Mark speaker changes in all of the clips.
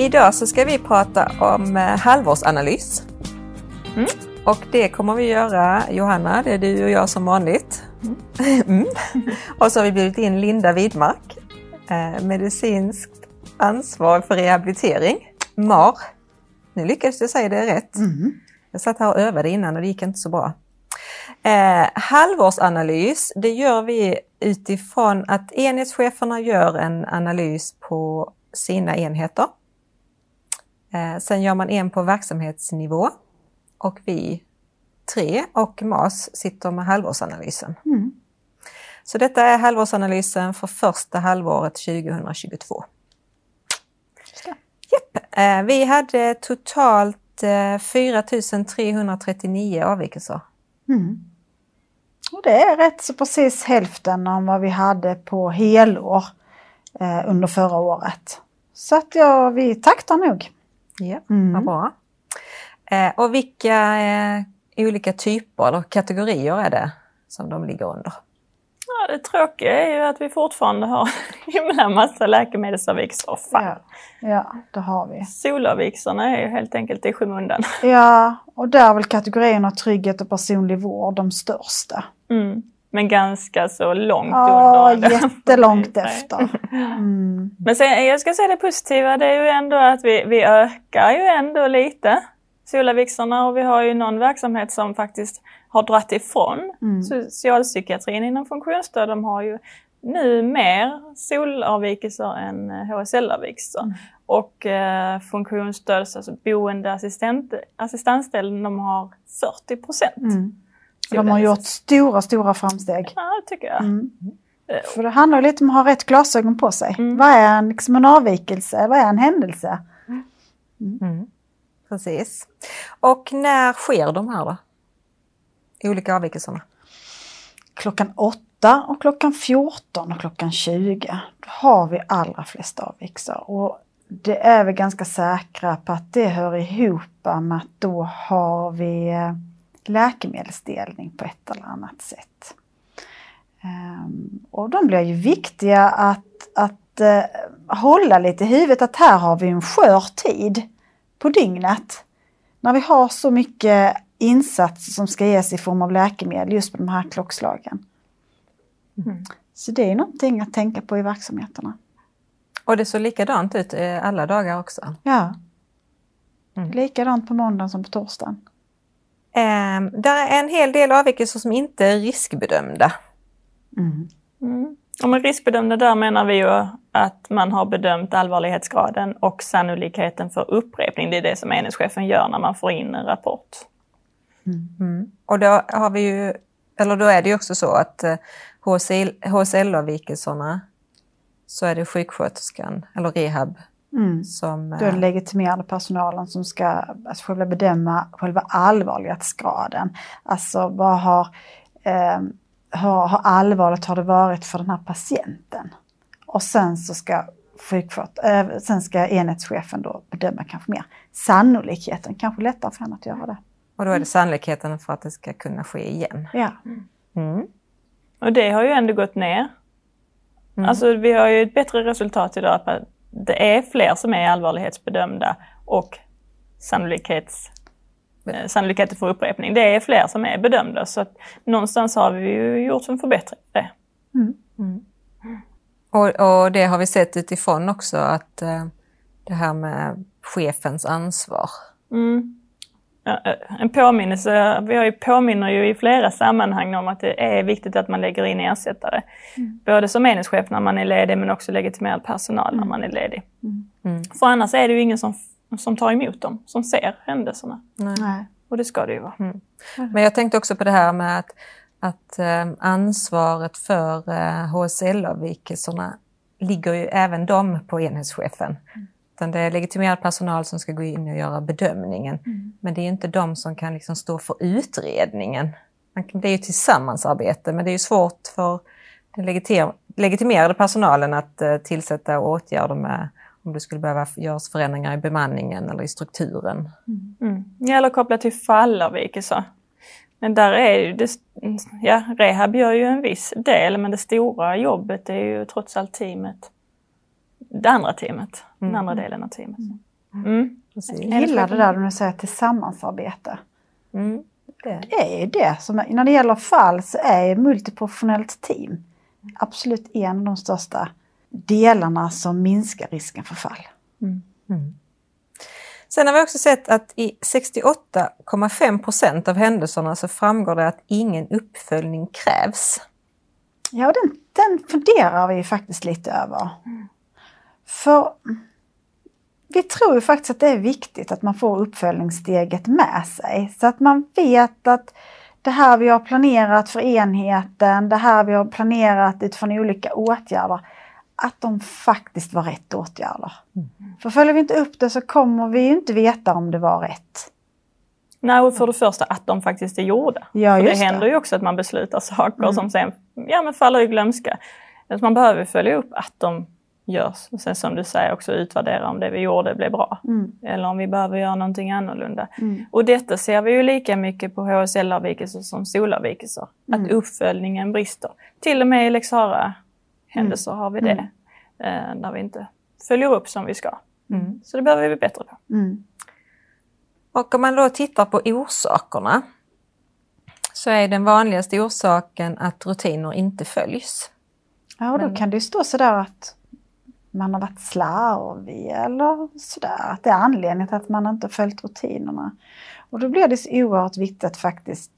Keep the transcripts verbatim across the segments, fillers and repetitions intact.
Speaker 1: Idag så ska vi prata om eh, halvårsanalys. Mm. Och det kommer vi göra, Johanna, det är du och jag som vanligt. Mm. Mm. Och så har vi bjudit in Linda Widmark, eh, medicinskt ansvar för rehabilitering, M A R. Nu lyckades jag säga det rätt. Mm. Jag satt här och övade innan och det gick inte så bra. Eh, halvårsanalys, det gör vi utifrån att enhetscheferna gör en analys på sina enheter. Eh, sen gör man en på verksamhetsnivå och vi tre och M A S sitter med halvårsanalysen. Mm. Så detta är halvårsanalysen för första halvåret tjugohundratjugotvå. Yep. Eh, vi hade totalt eh, fyra tusen trehundratrettionio avvikelser.
Speaker 2: Mm. Och det är rätt så precis hälften av vad vi hade på helår eh, under förra året. Så att ja, vi taktar nog.
Speaker 1: Ja, mm. vad bra. Eh, och vilka eh, olika typer eller kategorier är det som de ligger under?
Speaker 3: Ja, det tråkiga är ju att vi fortfarande har himla massa läkemedelsavvikelser.
Speaker 2: Ja, ja, det har vi.
Speaker 3: Solavvikelserna är ju helt enkelt i skymundan.
Speaker 2: Ja, och där är väl kategorierna trygghet och personlig vård de största.
Speaker 3: Mm. Men ganska så långt
Speaker 2: ja,
Speaker 3: under.
Speaker 2: Ja, jättelångt efter.
Speaker 3: Mm. Men sen, jag ska säga det positiva, det är ju ändå att vi, vi ökar ju ändå lite solavvikelserna och vi har ju någon verksamhet som faktiskt har dratt ifrån. Mm. Socialpsykiatrin inom funktionsstöd, de har ju nu mer solavvikelser än H S L-avvikelser. Mm. Och eh, funktionsstöd, alltså boendeassistent, assistansställen, de har fyrtio procent.
Speaker 2: Mm. De har gjort stora, stora framsteg.
Speaker 3: Ja, det tycker jag.
Speaker 2: Mm. För det handlar lite om att ha rätt glasögon på sig. Mm. Vad är en, liksom en avvikelse? Vad är en händelse? Mm.
Speaker 1: Mm. Precis. Och när sker de här då? Olika avvikelserna?
Speaker 2: Klockan åtta och klockan fjorton och klockan tjugo. Då har vi allra flesta avvikelser. Och det är vi ganska säkra på att det hör ihop med att då har vi läkemedelsdelning på ett eller annat sätt. Um, och de blir ju viktiga att, att uh, hålla lite i huvudet att här har vi en skör tid på dygnet. När vi har så mycket insatser som ska ges i form av läkemedel just på de här klockslagen. Mm. Så det är någonting att tänka på i verksamheterna.
Speaker 1: Och det såg likadant ut alla dagar också?
Speaker 2: Ja, mm. likadant på måndagen som på torsdagen.
Speaker 1: Um, det är en hel del avvikelser som inte är riskbedömda.
Speaker 3: Mm. Mm. Och med riskbedömda där menar vi ju att man har bedömt allvarlighetsgraden och sannolikheten för upprepning. Det är det som enhetschefen gör när man får in en rapport.
Speaker 1: Mm. Mm. Och då har vi ju, eller då är det ju också så att H S L-avvikelserna så är det sjuksköterskan eller rehab. Mm. Som,
Speaker 2: då är det legitimerade personalen som ska alltså, själva bedöma själva allvarlighetsgraden. Alltså vad har, eh, har, har allvarligt har det varit för den här patienten. Och sen så ska sjukvård, eh, sen ska enhetschefen då bedöma kanske mer sannolikheten. Kanske lättare för henne att göra det.
Speaker 1: Och då är det sannolikheten för att det ska kunna ske igen.
Speaker 2: Ja.
Speaker 3: Mm. Och det har ju ändå gått ner. Mm. Alltså vi har ju ett bättre resultat idag på det är fler som är allvarlighetsbedömda och sannolikhets, eh, sannolikheten för upprepning. Det är fler som är bedömda så att någonstans har vi ju gjort en förbättring. Det.
Speaker 1: Mm. Mm. Och, och det har vi sett utifrån också att eh, det här med chefens ansvar.
Speaker 3: Mm. Ja, en påminnelse, vi har ju påminner ju i flera sammanhang om att det är viktigt att man lägger in ersättare. Mm. Både som enhetschef när man är ledig men också legitimerad personal mm. när man är ledig. Mm. Mm. För annars är det ju ingen som, som tar emot dem, som ser händelserna.
Speaker 2: Nej.
Speaker 3: Och det ska det ju vara.
Speaker 1: Mm. Men jag tänkte också på det här med att, att um, ansvaret för uh, H S L-avvikelserna ligger ju även de på enhetschefen. Mm. Utan det är legitimerad personal som ska gå in och göra bedömningen. Mm. Men det är ju inte de som kan liksom stå för utredningen. Det är ju tillsammansarbete men det är ju svårt för den legitimerade personalen att uh, tillsätta åtgärder med om det skulle behöva göras förändringar i bemanningen eller i strukturen.
Speaker 3: Mm. Mm. Eller kopplat till fallavvikelser. Men där är ju det, ja, rehab gör ju en viss del men det stora jobbet är ju trots allt teamet. Det andra teamet, mm. den andra delen av teamet. Mm. Mm.
Speaker 2: Jag gillar det där du säger tillsammansarbete.
Speaker 1: Mm. Det.
Speaker 2: det är det. Som, när det gäller fall så är multiprofessionellt team absolut en av de största delarna som minskar risken för fall.
Speaker 3: Mm.
Speaker 1: Mm. Sen har vi också sett att i sextioåtta komma fem procent av händelserna så framgår det att ingen uppföljning krävs.
Speaker 2: Ja, den, den funderar vi faktiskt lite över.
Speaker 3: Mm.
Speaker 2: För vi tror ju faktiskt att det är viktigt att man får uppföljningssteget med sig. Så att man vet att det här vi har planerat för enheten, det här vi har planerat utifrån olika åtgärder, att de faktiskt var rätt åtgärder. Mm. För följer vi inte upp det så kommer vi ju inte veta om det var rätt.
Speaker 3: Nej, och för det första att de faktiskt är gjorda.
Speaker 2: Ja,
Speaker 3: för
Speaker 2: just
Speaker 3: det händer
Speaker 2: det.
Speaker 3: ju också att man beslutar saker
Speaker 2: Mm.
Speaker 3: som sen ja, men faller i glömska. Så man behöver följa upp att de görs. Och sen som du säger också utvärdera om det vi gjorde blev bra.
Speaker 2: Mm.
Speaker 3: Eller om vi behöver göra någonting annorlunda.
Speaker 2: Mm.
Speaker 3: Och detta ser vi ju lika mycket på H S L-avvikelser som solavvikelser.
Speaker 2: Mm.
Speaker 3: Att uppföljningen brister. Till och med i Lex Sarah-händelser
Speaker 2: Mm.
Speaker 3: har vi det. Eh, där vi inte följer upp som vi ska.
Speaker 1: Mm.
Speaker 3: Så det behöver vi bli bättre på.
Speaker 2: Mm.
Speaker 1: Och om man då tittar på orsakerna så är den vanligaste orsaken att rutiner inte följs.
Speaker 2: Ja, och då
Speaker 1: Men-
Speaker 2: kan det ju stå sådär att man har varit slarvig eller sådär. Att det är anledningen till att man inte har följt rutinerna. Och då blir det så oerhört viktigt att faktiskt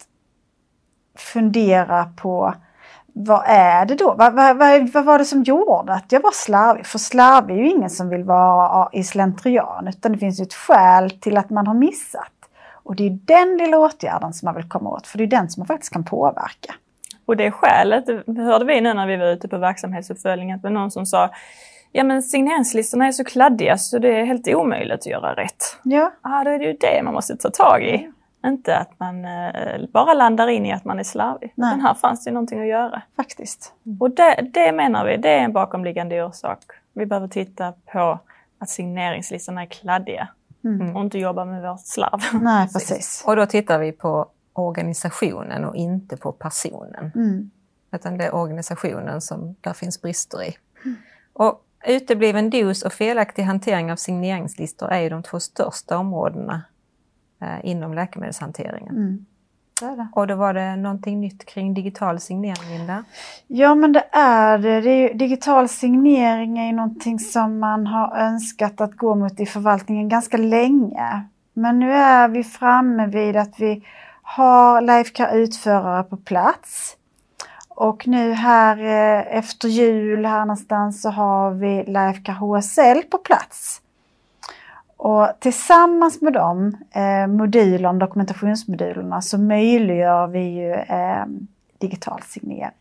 Speaker 2: fundera på vad är det då? Vad, vad, vad, vad var det som gjorde att jag var slarvig? För slarvig är ju ingen som vill vara i slentrian, utan det finns ju ett skäl till att man har missat. Och det är den lilla åtgärden som man vill komma åt, för det är den som man faktiskt kan påverka.
Speaker 3: Och det skälet, det hörde vi nu när vi var ute på verksamhetsuppföljning, att det var någon som sa ja men signeringslistorna är så kladdiga så det är helt omöjligt att göra rätt.
Speaker 2: Ja.
Speaker 3: Ja, då är det ju det man måste ta tag i. Mm. Inte att man eh, bara landar in i att man är slarvig.
Speaker 2: Nej.
Speaker 3: Utan här fanns det någonting att göra.
Speaker 2: Faktiskt.
Speaker 3: Och det, det menar vi, det är en bakomliggande orsak. Vi behöver titta på att signeringslistorna är kladdiga.
Speaker 2: Mm.
Speaker 3: Och inte jobba med vårt slarv.
Speaker 2: Nej, precis.
Speaker 1: Och då tittar vi på organisationen och inte på personen.
Speaker 2: Mm.
Speaker 1: Utan det är organisationen som där finns brister i. Mm. Och utebliven dos och felaktig hantering av signeringslistor är ju de två största områdena eh, inom läkemedelshanteringen.
Speaker 2: Mm. Det är det.
Speaker 1: Och då var det någonting nytt kring digital signering där.
Speaker 2: Ja, men det är det. det är ju, digital signering är ju någonting som man har önskat att gå mot i förvaltningen ganska länge. Men nu är vi framme vid att vi har Lifecare-utförare på plats. Och nu här eh, efter jul här någonstans så har vi Lifecare H S L på plats. Och tillsammans med de eh, modulerna, dokumentationsmodulerna, så möjliggör vi ju eh, digital signering.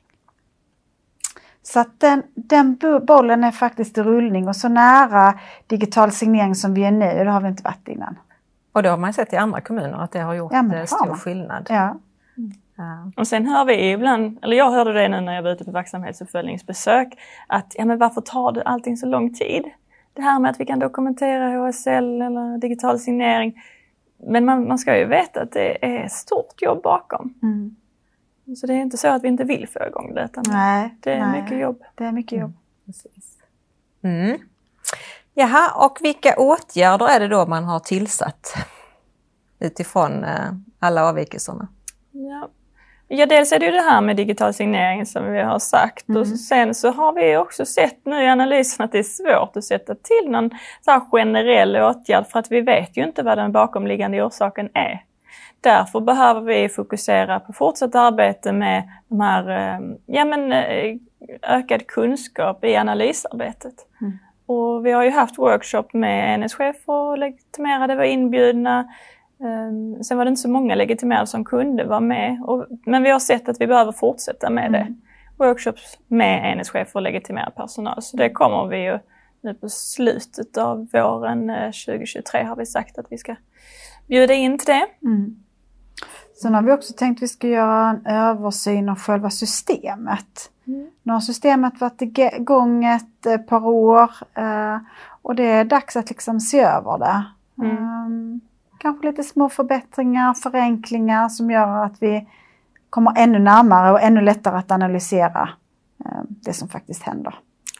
Speaker 2: Så att den, den bollen är faktiskt i rullning, och så nära digital signering som vi är nu, det har vi inte varit innan.
Speaker 1: Och då har man sett i andra kommuner att det har gjort
Speaker 2: Ja, men det
Speaker 1: eh,
Speaker 2: har
Speaker 1: stor
Speaker 2: man.
Speaker 1: skillnad.
Speaker 2: Ja.
Speaker 1: Ja.
Speaker 3: Och sen hör vi ibland, eller jag hörde det nu när jag var ute på verksamhetsuppföljningsbesök, att ja men varför tar det allting så lång tid? Det här med att vi kan dokumentera H S L eller digital signering. Men man, man ska ju veta att det är stort jobb bakom.
Speaker 2: Mm.
Speaker 3: Så det är inte så att vi inte vill få igång det, utan
Speaker 2: Nej,
Speaker 3: det är
Speaker 2: nej.
Speaker 3: mycket jobb.
Speaker 2: Det är mycket jobb.
Speaker 1: Precis. Mm. Jaha, och vilka åtgärder är det då man har tillsatt utifrån eh, alla avvikelserna?
Speaker 3: Ja. ja, dels är det ju det här med digital signering som vi har sagt.
Speaker 2: Mm.
Speaker 3: Och sen så har vi också sett nu i analysen att det är svårt att sätta till någon så här generell åtgärd, för att vi vet ju inte vad den bakomliggande orsaken är. Därför behöver vi fokusera på fortsatt arbete med de här, ja men, ökad kunskap i analysarbetet.
Speaker 2: Mm.
Speaker 3: Och vi har ju haft workshop med enhetschefer och legitimerade var inbjudna. Sen var det inte så många legitimerade som kunde vara med. Och, men vi har sett att vi behöver fortsätta med det.
Speaker 2: Mm.
Speaker 3: Workshops med enhetschefer och legitimerad personal. Så det kommer vi ju nu på slutet av våren tjugohundratjugotre har vi sagt att vi ska bjuda in till det.
Speaker 2: Mm. Sen har vi också tänkt att vi ska göra en översyn av själva systemet.
Speaker 3: Mm.
Speaker 2: Nu har systemet varit igång ett par år eh, och det är dags att liksom se över det.
Speaker 3: Mm.
Speaker 2: Um, kanske lite små förbättringar, förenklingar som gör att vi kommer ännu närmare och ännu lättare att analysera eh, det som faktiskt händer.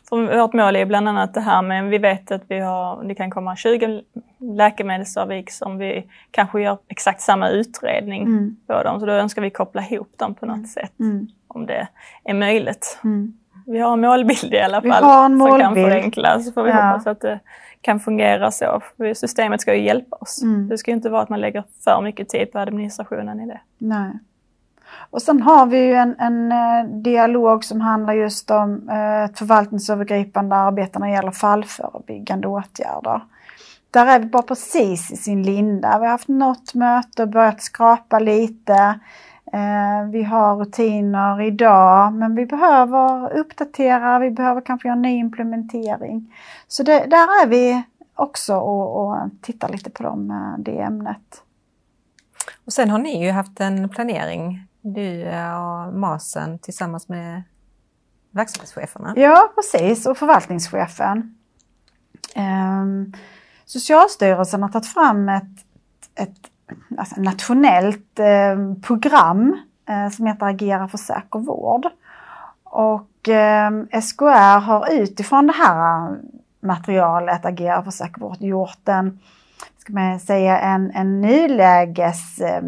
Speaker 3: För vårt mål är bland annat det här, men vi vet att vi har, det kan komma tjugo läkemedelsavvik som vi kanske gör exakt samma utredning mm. på dem. Så då önskar vi koppla ihop dem på något mm. sätt, mm. om det är möjligt. Mm. Vi har en målbild i alla fall.
Speaker 2: Vi har en målbild.
Speaker 3: Som kan förenklas, så får vi ja. hoppas att det kan fungera så. För systemet ska ju hjälpa oss. Mm. Det ska ju inte vara att man lägger för mycket tid på administrationen i det.
Speaker 2: Nej. Och sen har vi ju en, en eh, dialog som handlar just om eh, ett förvaltningsövergripande arbete när det gäller fallförebyggande åtgärder. Där är vi bara precis i sin linda. Vi har haft något möte och börjat skrapa lite. Eh, vi har rutiner idag, men vi behöver uppdatera, vi behöver kanske göra en ny implementering. Så det, där är vi också och, och tittar lite på dem, det ämnet.
Speaker 1: Och sen har ni ju haft en planering, du och Masen tillsammans med verksamhetscheferna.
Speaker 2: Ja, precis, och förvaltningschefen. Eh, Socialstyrelsen har tagit fram ett, ett alltså nationellt eh, program eh, som heter Agera för säker vård. Och eh, S K R har utifrån det här materialet Agera för säker vård gjort en, ska man säga, en, en nyläges... Eh,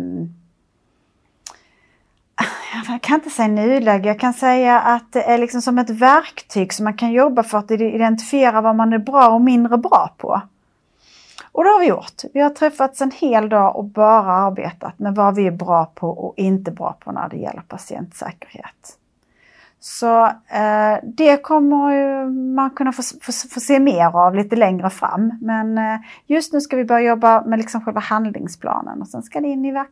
Speaker 2: jag kan inte säga nyläge, jag kan säga att det är liksom som ett verktyg som man kan jobba för att identifiera vad man är bra och mindre bra på. Och det har vi gjort. Vi har träffats en hel dag och bara arbetat med vad vi är bra på och inte bra på när det gäller patientsäkerhet. Så eh, det kommer ju man kunna få, få, få se mer av lite längre fram. Men eh, just nu ska vi börja jobba med liksom själva handlingsplanen och sen ska det in i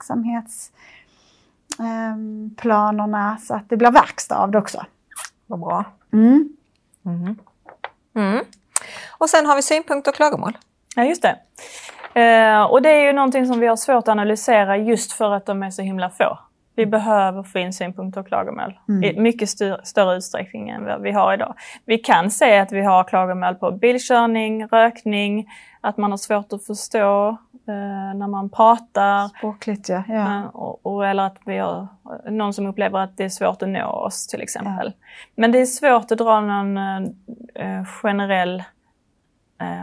Speaker 2: verksamhetsplanerna eh, så att det blir verkstad av det också.
Speaker 1: Vad bra.
Speaker 2: Mm.
Speaker 1: Mm. Mm. Och sen har vi synpunkter och klagomål.
Speaker 3: Ja, just det. Eh, och det är ju någonting som vi har svårt att analysera just för att de är så himla få. Vi behöver få in synpunkter och klagomål mm. i mycket styr, större utsträckning än vad vi har idag. Vi kan säga att vi har klagomål på bilkörning, rökning, att man har svårt att förstå eh, när man pratar.
Speaker 2: Språkligt, ja. ja.
Speaker 3: Eh, och, och, eller att vi har någon som upplever att det är svårt att nå oss till exempel. Ja. Men det är svårt att dra någon eh, generell... Eh,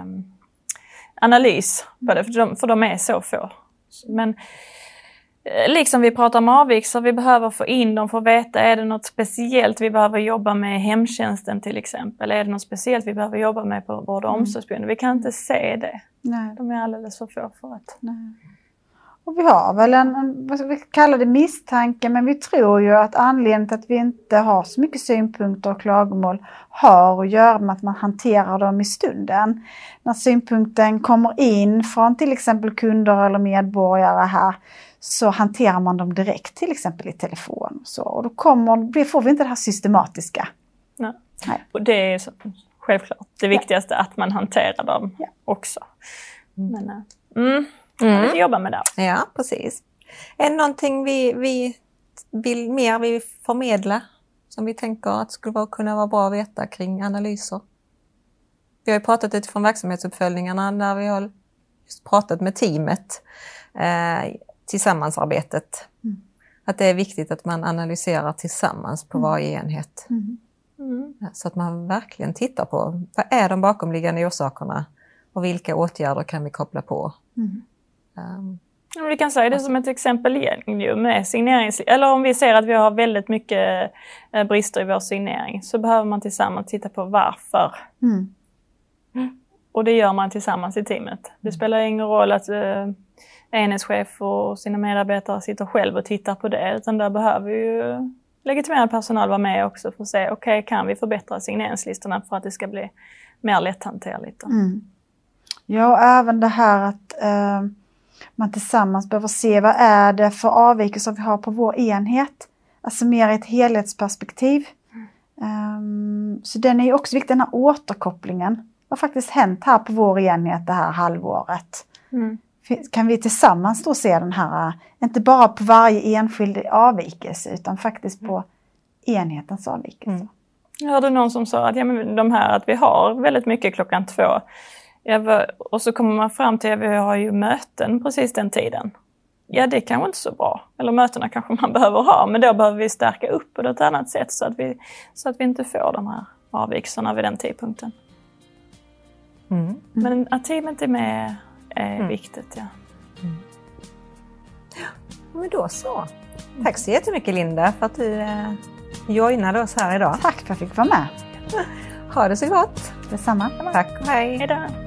Speaker 3: analys på det, för de, för de är så få. Men eh, liksom vi pratar om avvik så vi behöver få in dem för att veta, är det något speciellt vi behöver jobba med hemtjänsten till exempel? Är det något speciellt vi behöver jobba med på vård- och omsorgsboende? Vi kan inte se det.
Speaker 2: Nej.
Speaker 3: De är alldeles för få för att...
Speaker 2: Nej. Och vi har väl en, en, vad ska vi kalla det, misstanke, men vi tror ju att anledningen till att vi inte har så mycket synpunkter och klagomål har att göra med att man hanterar dem i stunden. När synpunkten kommer in från till exempel kunder eller medborgare här så hanterar man dem direkt, till exempel i telefon. Och, så. Och då kommer, får vi inte det här systematiska.
Speaker 3: Nej. Nej. Och det är så, självklart det viktigaste, ja. Att man hanterar dem ja. Också. Men, mm. Mm. Vi jobbar med det.
Speaker 1: Ja, precis. Är det någonting vi, vi vill mer vi förmedla som vi tänker att skulle vara, kunna vara bra att veta kring analyser? Vi har ju pratat utifrån verksamhetsuppföljningarna där vi har just pratat med teamet, eh, tillsammansarbetet. Mm. Att det är viktigt att man analyserar tillsammans på mm. varje enhet.
Speaker 2: Mm.
Speaker 3: Mm.
Speaker 1: Så att man verkligen tittar på vad är de bakomliggande orsakerna och vilka åtgärder kan vi koppla på.
Speaker 2: Mm.
Speaker 1: Um,
Speaker 3: vi kan säga det som ett exempel igen med signerings... Eller om vi ser att vi har väldigt mycket brister i vår signering så behöver man tillsammans titta på varför.
Speaker 2: Mm.
Speaker 3: Och det gör man tillsammans i teamet. Det spelar ingen roll att eh, enhetschef och sina medarbetare sitter själv och tittar på det, utan där behöver ju legitimerad personal vara med också för att se, okej, okay, kan vi förbättra signeringslistorna för att det ska bli mer lätthanterligt.
Speaker 2: Mm. Ja, och även det här att eh, man tillsammans behöver se vad är det för avvikelser vi har på vår enhet. Alltså mer i ett helhetsperspektiv. Mm. Um, så den är ju också viktig, den här återkopplingen. Vad har faktiskt hänt här på vår enhet det här halvåret?
Speaker 3: Mm.
Speaker 2: Kan vi tillsammans då se den här, inte bara på varje enskild avvikelse utan faktiskt på enhetens avvikelse.
Speaker 3: Mm. Jag hörde någon som sa att ja, men de här, att vi har väldigt mycket klockan två. Var, och så kommer man fram till att vi har ju möten precis den tiden. Ja, det är kanske inte så bra. Eller mötena kanske man behöver ha. Men då behöver vi stärka upp på ett annat sätt så att vi, så att vi inte får de här avvikelserna vid den tidpunkten.
Speaker 1: Mm.
Speaker 3: Men att teamet är med är
Speaker 1: Mm.
Speaker 3: viktigt. Ja.
Speaker 1: Mm. Men då så. Tack så jättemycket Linda för att du eh, joinade oss här idag.
Speaker 2: Tack för att jag fick vara med.
Speaker 1: Ha det så gott.
Speaker 2: Detsamma.
Speaker 1: Tack och hej.
Speaker 3: Hej då.